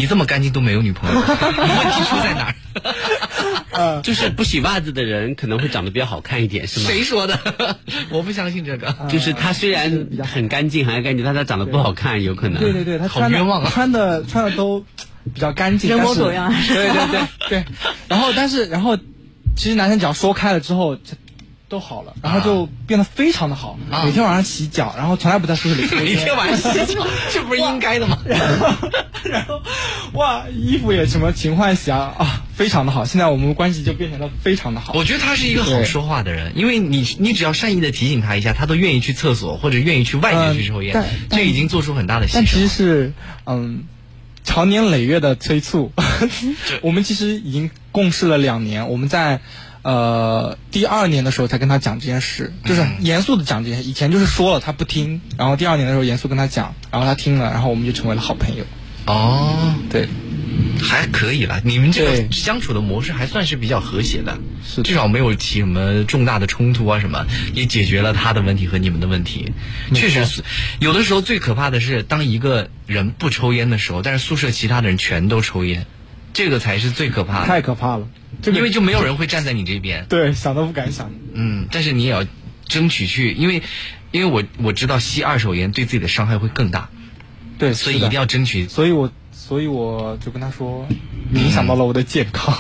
你这么干净都没有女朋友，问题出在哪儿？ 就是不洗袜子的人可能会长得比较好看一点，是吗？ 谁说的？我不相信这个。 就是他虽然很干净很爱干净，但他长得不好看，有可能。 对对对，他好冤枉啊！ 穿的都比较干净， 人模狗样。 对。然后，其实男生只要说开了之后。都好了，然后就变得非常的好，每天晚上洗脚，然后从来不在宿舍里抽烟。 每天晚上洗脚，这不是应该的吗？ 然后，哇，衣服也什么勤换洗啊，非常的好。现在我们关系就变成了非常的好。 我觉得他是一个好说话的人，因为你只要善意的提醒他一下，他都愿意去厕所或者愿意去外面去抽烟，这已经做出很大的牺牲。 但其实是长年累月的催促，我们其实已经共事了2年，我们在。第2年的时候才跟他讲这件事，就是严肃的讲这件事。以前就是说了他不听，然后第2年的时候严肃跟他讲，然后他听了，然后我们就成为了好朋友。 哦， 对， 还可以了。你们这个相处的模式还算是比较和谐的，至少没有起什么重大的冲突啊什么，也解决了他的问题和你们的问题。确实是，有的时候最可怕的是当一个人不抽烟的时候，但是宿舍其他的人全都抽烟，这个才是最可怕的。 太可怕了。 因为就没有人会站在你这边， 对，想都不敢想。 但是你也要争取去，因为我知道吸2手烟对自己的伤害会更大， 对， 所以一定要争取。 所以我就跟他说，影响到了我的健康。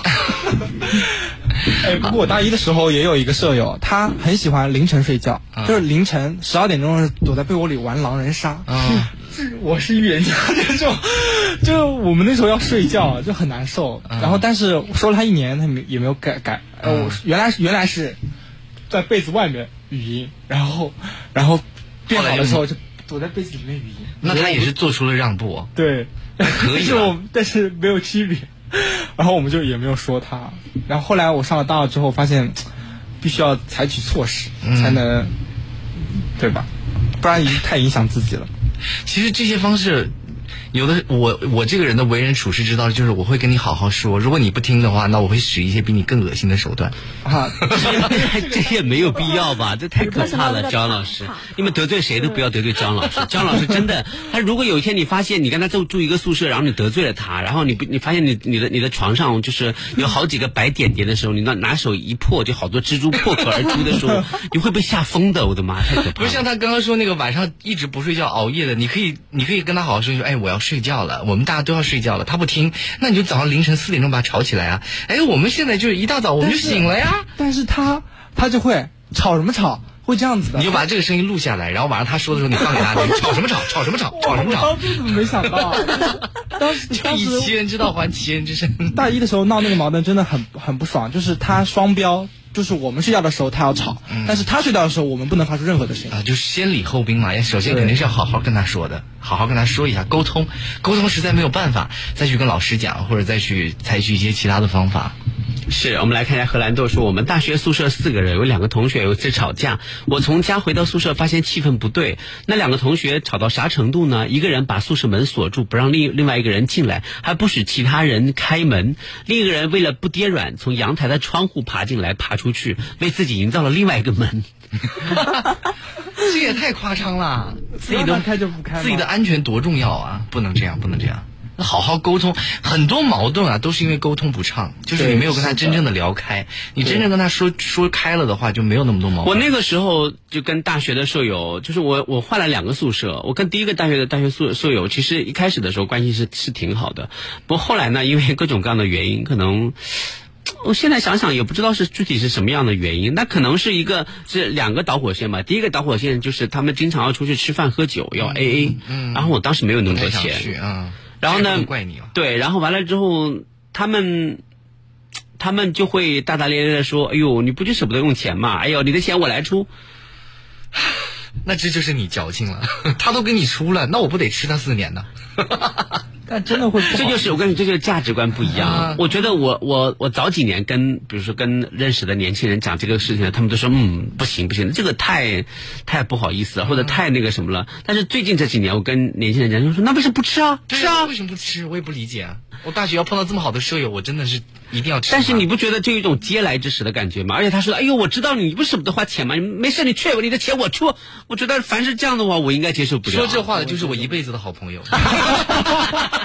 不过我大一的时候也有一个舍友，他很喜欢凌晨睡觉，就是凌晨12点钟躲在被窝里玩狼人杀。我是预言家，就我们那时候要睡觉就很难受，然后但是说了他1年，他也没有改。原来是在被子外面语音，然后变好的时候就躲在被子里面语音。 那他也是做出了让步。 对， 可以了， 但是没有区别。然后我们就也没有说他。然后后来我上了大二之后，发现必须要采取措施才能，对吧？不然太影响自己了。 其实这些方式，有的我这个人的为人处事之道就是我会跟你好好说，如果你不听的话，那我会使一些比你更恶心的手段。 这也没有必要吧？这太可怕了，张老师，你们得罪谁都不要得罪张老师。张老师真的，他如果有一天你发现你跟他住一个宿舍，然后你得罪了他，然后你发现你的床上就是有好几个白点点的时候，你拿手一破，就好多蜘蛛破壳而出的时候，你会被吓疯的。我的妈，太可怕了！ 不是像他刚刚说那个晚上一直不睡觉熬夜的，你可以跟他好好说，哎，我要睡觉了，我们大家都要睡觉了。他不听，那你就早上凌晨4点钟把他吵起来啊！哎，我们现在就是一大早我们就醒了呀。 但是他就会吵什么吵，会这样子的。 你就把这个声音录下来，然后晚上他说的时候你放给他听，吵什么吵，吵什么吵，吵什么吵。 当时怎么没想到？当时以其人之道还其人之身。 大一的时候闹那个矛盾真的很不爽，就是他双标。就是我们睡觉的时候他要吵，但是他睡觉的时候我们不能发出任何的声音啊，就是先礼后兵嘛。首先肯定是要好好跟他说的，好好跟他说一下，沟通实在没有办法，再去跟老师讲，或者再去采取一些其他的方法。 是，我们来看一下荷兰豆说，我们大学宿舍4个人，有2个同学有一次吵架，我从家回到宿舍发现气氛不对，那2个同学吵到啥程度呢？一个人把宿舍门锁住，不让另外一个人进来，还不许其他人开门，另一个人为了不跌软，从阳台的窗户爬进来爬出去，为自己营造了另外一个门。 这也太夸张了，自己的安全多重要啊，不能这样。好好沟通，很多矛盾啊都是因为沟通不畅，就是你没有跟他真正的聊开，你真正跟他说开了的话，就没有那么多矛盾。 我那个时候就跟大学的舍友，就是我换了2个宿舍，我跟第一个大学舍友，其实一开始的时候关系是挺好的，不过后来呢，因为各种各样的原因，可能我现在想想也不知道是具体是什么样的原因，那可能是2个导火线吧。第一个导火线就是他们经常要出去吃饭喝酒，要 AA，然后我当时没有那么多钱。然后呢？ 怪你了。 对，然后完了之后，他们就会大大咧咧的说：“哎呦，你不就舍不得用钱嘛？哎呦，你的钱我来出。” 那这就是你矫情了，他都给你出了，那我不得吃他4年呢？ 但真的会不好， 这就是我跟你，这就是价值观不一样。我觉得我早几年比如说跟认识的年轻人讲这个事情，他们都说不行，这个太不好意思了，或者太那个什么了。但是最近这几年，我跟年轻人讲，就说那为什么不吃啊？ 吃啊！为什么不吃？我也不理解啊。我大学要碰到这么好的舍友，我真的是一定要吃。 但是你不觉得就有一种嗟来之食的感觉吗？而且他说：“哎呦，我知道你不舍不得花钱吗？没事，你去，你的钱我出。”我觉得凡是这样的话，我应该接受不了。 说这话的就是我一辈子的好朋友。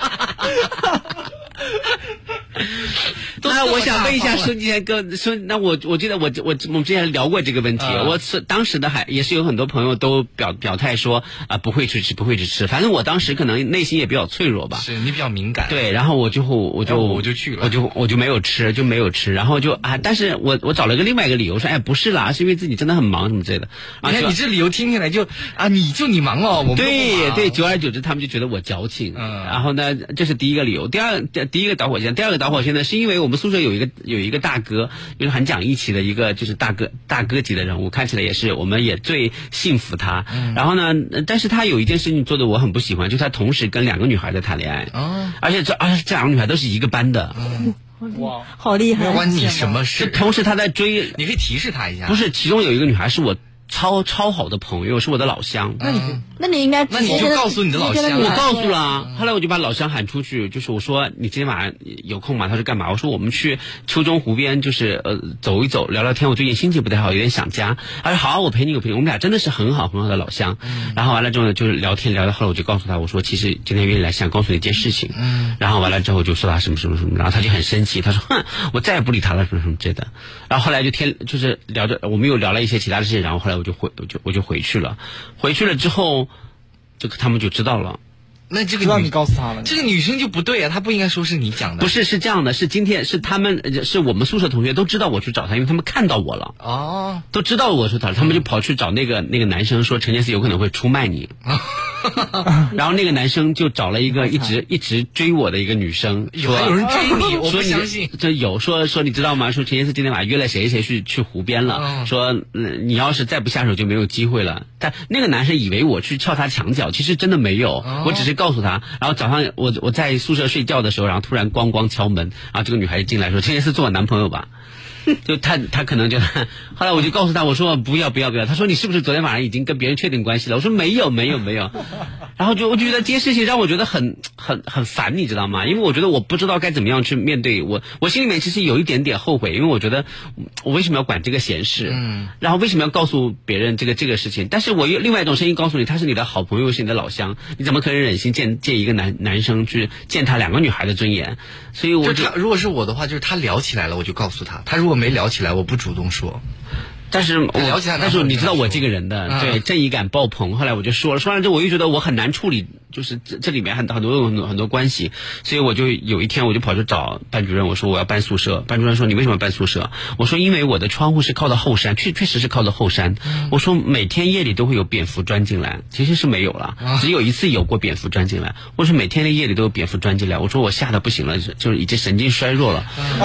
那我想问一下孙杰哥，那我记得我们之前聊过这个问题，我是当时的也是有很多朋友都表态说不会去吃，反正我当时可能内心也比较脆弱吧， 是你比较敏感， 对，然后我就去了， 我就没有吃，然后但是我找了另外一个理由说，哎，不是啦，是因为自己真的很忙什么之类的。 你看你这理由听起来就你忙哦，我们对，久而久之他们就觉得我矫情，然后呢，这是第一个理由，第一个导火线，第二个导火线呢，是因为我们宿舍有一个大哥，就是很讲义气的一个就是大哥级的人物，看起来也是我们也最信服他。然后呢，但是他有一件事情做的我很不喜欢，就是他同时跟2个女孩在谈恋爱，而且这2个女孩都是一个班的。 哇，好厉害！ 关你什么事？ 同时他在追， 你可以提示他一下。 不是，其中有一个女孩是我超好的朋友，是我的老乡。 那你应该那你就告诉你的老乡， 我告诉了。后来我就把老乡喊出去，就是我说你今天晚上有空吗？他说干嘛？我说我们去秋中湖边，就是走一走，聊聊天。我最近心情不太好，有点想家。他说好，我陪你。我们俩真的是很好的老乡。然后完了之后呢，就是聊天聊到后来，我就告诉他，我说其实今天约你来想告诉你一件事情。然后完了之后就说他什么，然后他就很生气，他说哼，我再也不理他了，什么之类的。然后后来就是聊着，我们又聊了一些其他的事情，然后后来我就回去了。回去了之后，他们就知道了。 那这个知道你告诉他了， 这个女生就不对啊，她不应该说是你讲的。 不是，是这样的，是今天是我们宿舍同学都知道我去找他，因为他们看到我了。都知道我去找他们就跑去找那个男生说陈杰斯有可能会出卖你。然后那个男生就找了一个一直追我的一个女生，说有人追你，我不相信。 这有说你知道吗？说陈杰斯今天晚上约了谁去湖边了，说你要是再不下手就没有机会了。但那个男生以为我去撬他墙角，其实真的没有，我只是告诉他。然后早上我在宿舍睡觉的时候，然后突然咣咣敲门，然后这个女孩子进来说陈杰斯做我男朋友吧。就他可能就，后来我就告诉他，我说不要，他说你是不是昨天晚上已经跟别人确定关系了？我说没有，然后我就觉得这些事情让我觉得很烦，你知道吗？因为我觉得我不知道该怎么样去面对我心里面其实有一点点后悔，因为我觉得我为什么要管这个闲事，然后为什么要告诉别人这个事情？但是我有另外一种声音告诉你，他是你的好朋友，是你的老乡，你怎么可能忍心见一个男生去践踏2个女孩的尊严？所以如果是我的话，就是他聊起来了，我就告诉他；他如果没聊起来，我不主动说。 但是你知道我这个人的对正义感爆棚，后来我就说完之后，我又觉得我很难处理，就是这里面很多关系，所以我就有一天我就跑去找班主任，我说我要搬宿舍。班主任说你为什么搬宿舍？我说因为我的窗户是靠的后山，确实是靠的后山。我说每天夜里都会有蝙蝠钻进来，其实是没有了，只有一次有过蝙蝠钻进来。我说每天的夜里都有蝙蝠钻进来，我说我吓得不行了，就是已经神经衰弱了，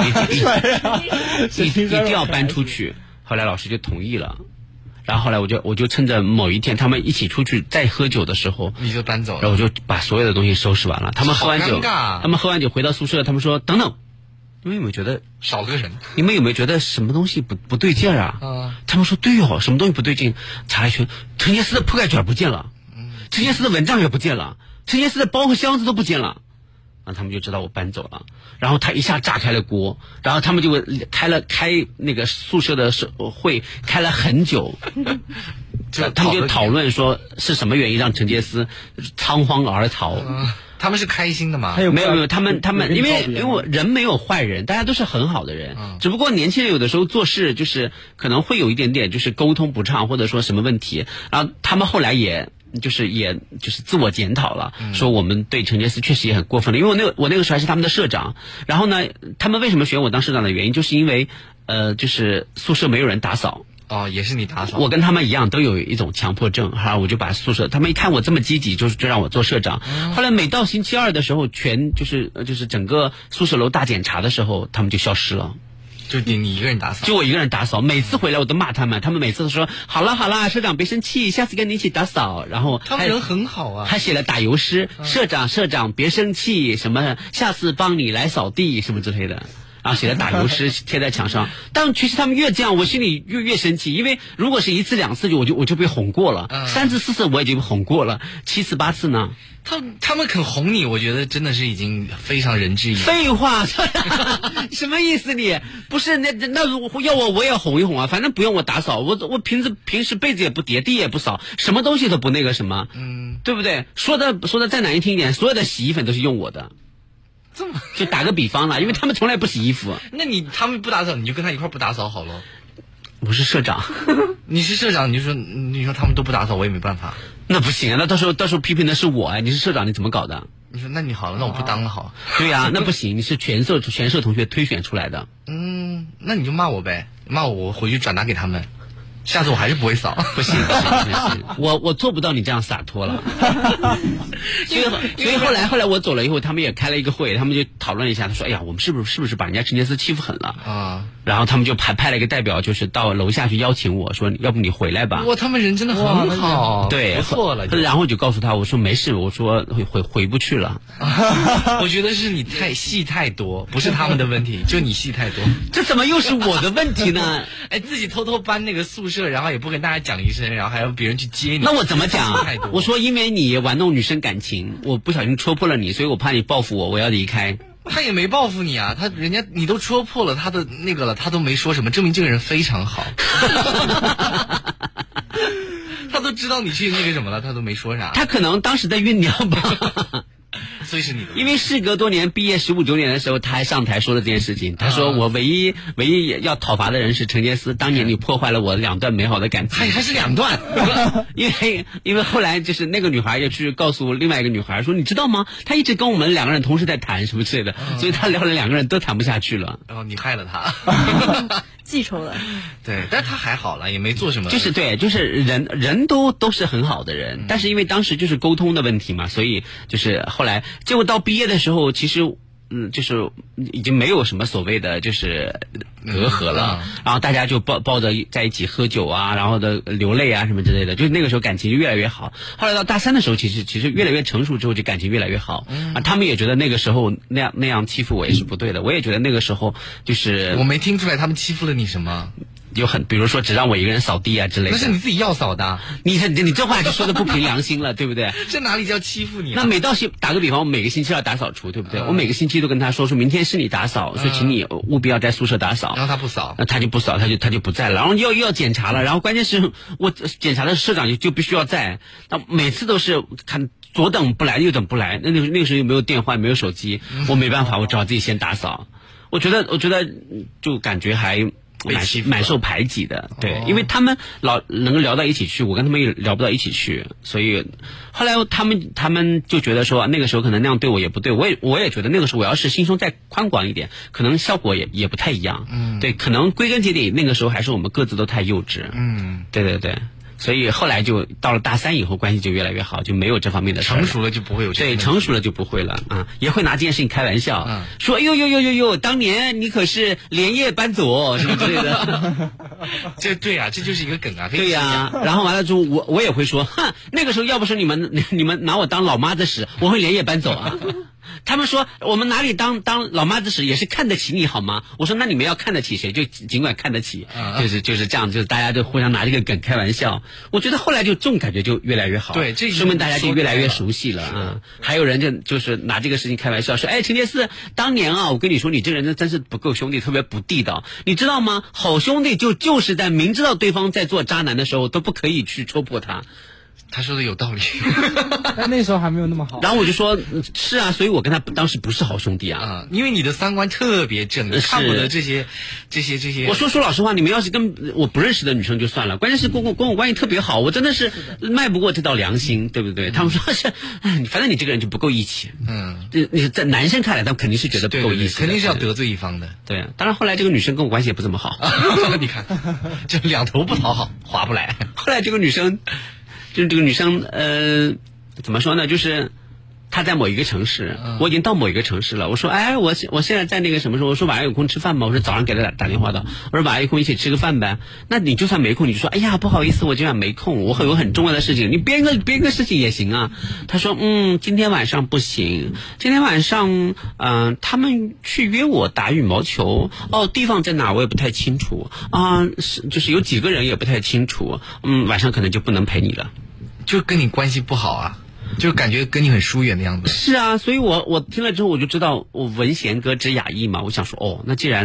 一定要搬出去。后来老师就同意了，然后后来我就趁着某一天他们一起出去再喝酒的时候， 你就搬走了， 然后我就把所有的东西收拾完了。他们喝完酒回到宿舍，他们说等等，你们有没有觉得少个人？ 你们有没有觉得什么东西不对劲啊？他们说对哦，什么东西不对劲？查了一圈，陈杰斯的铺盖卷不见了，陈杰斯的蚊帐也不见了，陈杰斯的包和箱子都不见了。那他们就知道我搬走了，然后他一下炸开了锅，然后他们就开那个宿舍的会开了很久，他们就讨论说是什么原因让陈杰斯仓皇而逃。 他们是开心的吗？ 没有，他们因为我人没有坏人，大家都是很好的人，只不过年轻人有的时候做事就是可能会有一点点就是沟通不畅，或者说什么问题，然后他们后来也就是自我检讨了，说我们对陈杰斯确实也很过分了，因为我那个时候还是他们的社长，然后呢，他们为什么选我当社长的原因，就是因为就是宿舍没有人打扫。 也是你打扫。 我跟他们一样都有一种强迫症，哈，我就把宿舍，他们一看我这么积极，就让我做社长。后来每到星期二的时候，就是整个宿舍楼大检查的时候，他们就消失了。 就你一个人打扫？ 就我一个人打扫，每次回来我都骂他们，他们每次都说好了，社长别生气，下次跟你一起打扫。然后他们人很好啊， 还写了打油诗，社长别生气，什么下次帮你来扫地什么之类的。然后写了打油诗贴在墙上，但其实他们越这样，我心里越生气，因为如果是1次2次我就被哄过了，3次4次我已经被哄过了，7次8次呢？ 他们肯哄你，我觉得真的是已经非常仁至义。 废话，什么意思你？不是那要我也哄一哄啊，反正不用我打扫，我平时被子也不叠，地也不扫，什么东西都不那个什么，对不对？说的再难听一点，所有的洗衣粉都是用我的。 就打个比方了，因为他们从来不洗衣服。 那他们不打扫，你就跟他一块不打扫好了。 我是社长， 你是社长，你说他们都不打扫，我也没办法。 那不行啊，那到时候批评的是我你是社长，你怎么搞的？ 你说那你好了，那我不当了好。 对呀，那不行，你是全社同学推选出来的。 那你就骂我呗，骂我回去转达给他们。下次我还是不会扫， 不行，我做不到你这样洒脱了。所以后来我走了以后，他们也开了一个会，他们就讨论一下，他说：“哎呀，我们是不是把人家陈洁斯欺负狠了啊？”然后他们就派了一个代表，就是到楼下去邀请我说：“要不你回来吧。” 哇，他们人真的很好， 对， 不错了。 然后我就告诉他，我说没事，我说回不去了。 我觉得是你戏太多，不是他们的问题，就你戏太多。 这怎么又是我的问题呢？ 哎，自己偷偷搬那个宿舍，然后也不跟大家讲一声，然后还让别人去接你。 那我怎么讲？我说因为你玩弄女生感情，我不小心戳破了你，所以我怕你报复我，我要离开。 他也没报复你啊，人家你都戳破了他的那个了，他都没说什么，证明这个人非常好。他都知道你去那个什么了，他都没说啥。 他可能当时在酝酿吧。 所以是你的， 因为事隔多年，毕业15周年的时候，他还上台说了这件事情。他说我唯一要讨伐的人是陈洁斯，当年你破坏了我2段美好的感情。 还是2段， 因为后来就是那个女孩也去告诉另外一个女孩说，你知道吗？他一直跟我们2个人同时在谈什么之类的，所以他聊了2个人都谈不下去了。 然后你害了他。 记仇了。 对，但是他还好了，也没做什么。 就是人都是很好的人，但是因为当时就是沟通的问题嘛，所以就是后来结果到毕业的时候，其实就是已经没有什么所谓的就是隔阂了，然后大家就抱着在一起喝酒啊，然后的流泪啊什么之类的，就是那个时候感情就越来越好。后来到大3的时候，其实越来越成熟之后，就感情越来越好。他们也觉得那个时候那样欺负我也是不对的，我也觉得那个时候就是我没听出来他们欺负了你什么。 比如说只让我一个人扫地啊之类的。 那是你自己要扫的。 你这话就说的不凭良心了，对不对？ 这哪里叫欺负你？ 那每到打个比方，我每个星期要打扫除，对不对？我每个星期都跟他说明天是你打扫，说请你务必要在宿舍打扫。 然后他不扫， 那他就不扫，他就不在了。然后又要检查了，然后关键是我检查的社长就必须要在，那每次都是看左等不来右等不来，那个时候又没有电话，没有手机，我没办法，我只好自己先打扫。我觉得就感觉还蛮受排挤的，对，因为他们能够聊到一起去，我跟他们也聊不到一起去，所以后来他们就觉得说那个时候可能那样对我也不对，我也觉得那个时候我要是心胸再宽广一点，可能效果也不太一样，对，可能归根结底那个时候还是我们各自都太幼稚，对。所以后来就到了大3以后，关系就越来越好，就没有这方面的事。 成熟了就不会有这。 对，成熟了就不会了啊，也会拿这件事情开玩笑，说哎呦，当年你可是连夜搬走什么之类的。 这对啊，这就是一个梗啊。 对呀，然后完了之后，我也会说，那个时候要不是你们拿我当老妈子使，我会连夜搬走啊。他们说我们哪里当老妈子使也是看得起你好吗？我说那你们要看得起谁就尽管看得起，就是这样，就是大家就互相拿这个梗开玩笑。我觉得后来就这种感觉就越来越好， 对，这说明大家就越来越熟悉了啊。还有人就是拿这个事情开玩笑说，哎，陈洁斯，当年啊，我跟你说你这个人真是不够兄弟，特别不地道，你知道吗？好兄弟就是在明知道对方在做渣男的时候都不可以去戳破他。 他说的有道理， 但那时候还没有那么好。 然后我就说，是啊，所以我跟他当时不是好兄弟啊，因为你的三观特别正，看不得这些。 我说老实话，你们要是跟我不认识的女生就算了，关键是跟我关系特别好，我真的是迈不过这道良心，对不对？他们说是，反正你这个人就不够义气。你在男生看来，他们肯定是觉得不够义气， 肯定是要得罪一方的。 对，当然后来这个女生跟我关系也不怎么好， 你看，就两头不讨好，划不来。 后来这个女生。就是这个女生，怎么说呢？就是她在某一个城市，我已经到某一个城市了。我说，哎，我现在在那个什么时候？我说晚上有空吃饭吗？我说早上给她打电话的。我说晚上有空一起吃个饭呗。那你就算没空，你就说，哎呀，不好意思，我今晚没空，我有很重要的事情。你编个事情也行啊。她说，今天晚上不行。今天晚上，他们去约我打羽毛球。地方在哪我也不太清楚啊，就是有几个人也不太清楚。晚上可能就不能陪你了。 就跟你关系不好啊，就感觉跟你很疏远的样子。 是啊，所以我听了之后我就知道，我闻弦歌知雅意嘛。我想说，那既然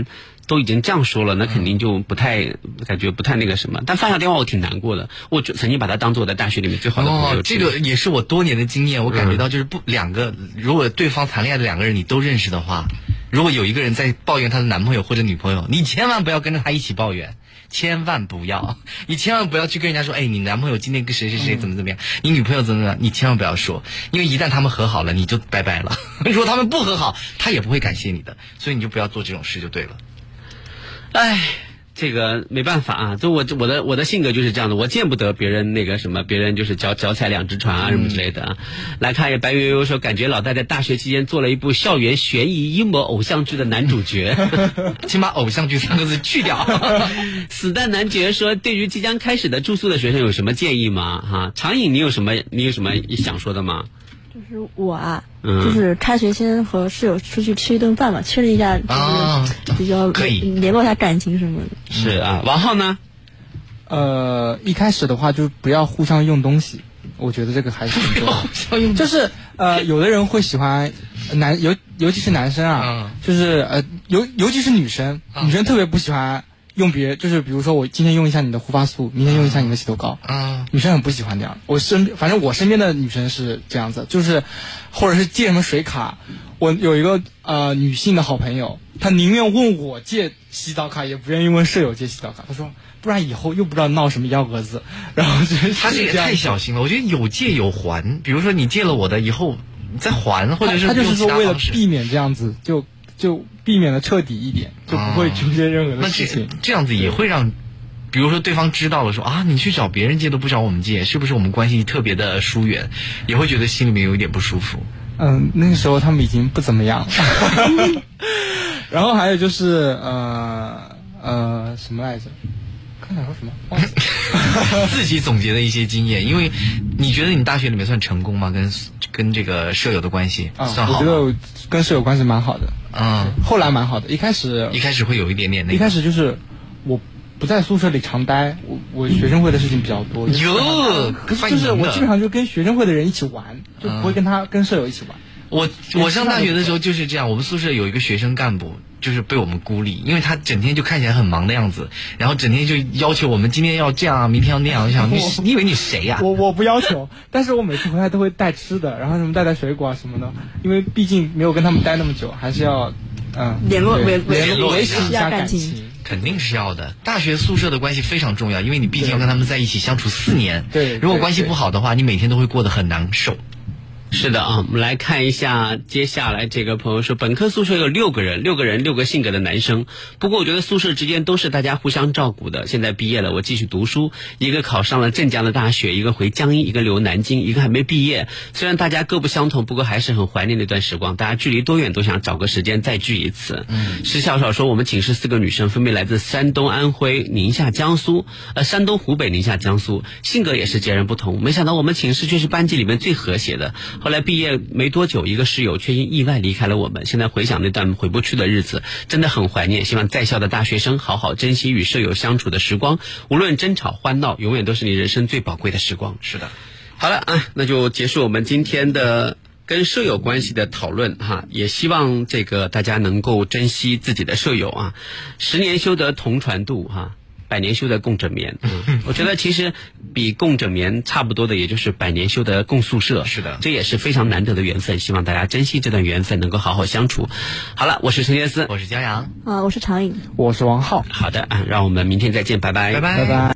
都已经这样说了，那肯定就感觉不太那个什么。但放下电话我挺难过的，我曾经把他当做我在大学里面最好的朋友。 这个也是我多年的经验，我感觉到就是如果对方谈恋爱的两个人你都认识的话，如果有一个人在抱怨他的男朋友或者女朋友，你千万不要跟着他一起抱怨。千万不要，你千万不要去跟人家说，你男朋友今天跟谁谁谁怎么样，你女朋友怎么样，你千万不要说，因为一旦他们和好了，你就拜拜了。如果他们不和好，他也不会感谢你的，所以你就不要做这种事就对了。 哎，这个没办法啊，就我的性格就是这样的，我见不得别人那个什么，别人就是脚踩两只船啊什么之类的啊。来看白悠悠说，感觉老戴在大学期间做了一部校园悬疑阴谋偶像剧的男主角， 请把偶像剧3个字去掉。 死蛋男爵说，对于即将开始的住宿的学生有什么建议吗？哈，常颖，你有什么想说的吗？ 就是我啊，就是开学先和室友出去吃一顿饭嘛，确认一下就是比较可以联络一下感情什么的。 是啊，王浩呢？ 一开始的话就不要互相用东西，我觉得这个还是很重要。就是有的人会喜欢尤其是男生啊，就是尤其是女生特别不喜欢用就是比如说我今天用一下你的护发素，明天用一下你的洗头膏，女生很不喜欢这样。反正我身边的女生是这样子，就是或者是借什么水卡。我有一个女性的好朋友，她宁愿问我借洗澡卡，也不愿意问舍友借洗澡卡。她说不然以后又不知道闹什么幺蛾子。然后她这也太小心了，我觉得有借有还。比如说你借了我的，以后再还，或者是她就是说为了避免这样子，就避免的彻底一点，就不会出现任何的事情。 这样子也会让，比如说对方知道了说你去找别人借都不找我们借，是不是我们关系特别的疏远？也会觉得心里面有一点不舒服。 那个时候他们已经不怎么样了。然后还有就是什么来着？刚才说什么？ 自己总结的一些经验，因为你觉得你大学里面算成功吗？跟这个舍友的关系算好吗？ 我觉得跟舍友关系蛮好的。后来蛮好的。一开始会有一点点那个。 一开始就是我不在宿舍里常待，我学生会的事情比较多。就是我基本上就跟学生会的人一起玩，就不会跟舍友一起玩。 我上大学的时候就是这样，我们宿舍有一个学生干部，就是被我们孤立，因为他整天就看起来很忙的样子，然后整天就要求我们今天要这样，明天要那样。我想你以为你谁呀？ 我不要求，但是我每次回来都会带吃的，然后什么带水果啊什么的，因为毕竟没有跟他们待那么久，还是要维持一下感情。 肯定是要的，大学宿舍的关系非常重要，因为你毕竟要跟他们在一起相处4年。 对， 如果关系不好的话，你每天都会过得很难受。 是的啊，我们来看一下接下来这个朋友说，本科宿舍有6个人，6个性格的男生。不过我觉得宿舍之间都是大家互相照顾的。现在毕业了，我继续读书，一个考上了镇江的大学，一个回江阴，一个留南京，一个还没毕业。虽然大家各不相同，不过还是很怀念那段时光。大家距离多远都想找个时间再聚一次。石小小说，我们寝室4个女生分别来自山东、安徽、宁夏、江苏，山东、湖北、宁夏、江苏，性格也是截然不同。没想到我们寝室却是班级里面最和谐的。后来毕业没多久，一个室友却因意外离开了我们。现在回想那段回不去的日子，真的很怀念。希望在校的大学生好好珍惜与舍友相处的时光，无论争吵欢闹，永远都是你人生最宝贵的时光。 是的， 好了啊，那就结束我们今天的跟舍友关系的讨论哈，也希望这个大家能够珍惜自己的舍友啊。10年修得同船渡哈，100年修得共枕眠。我觉得其实比共枕眠差不多的，也就是100年修得共宿舍。 是的， 这也是非常难得的缘分，希望大家珍惜这段缘分，能够好好相处。好了，我是陈杰斯， 我是江阳， 我是常颖， 我是王浩。 好的啊，让我们明天再见，拜拜， 拜拜。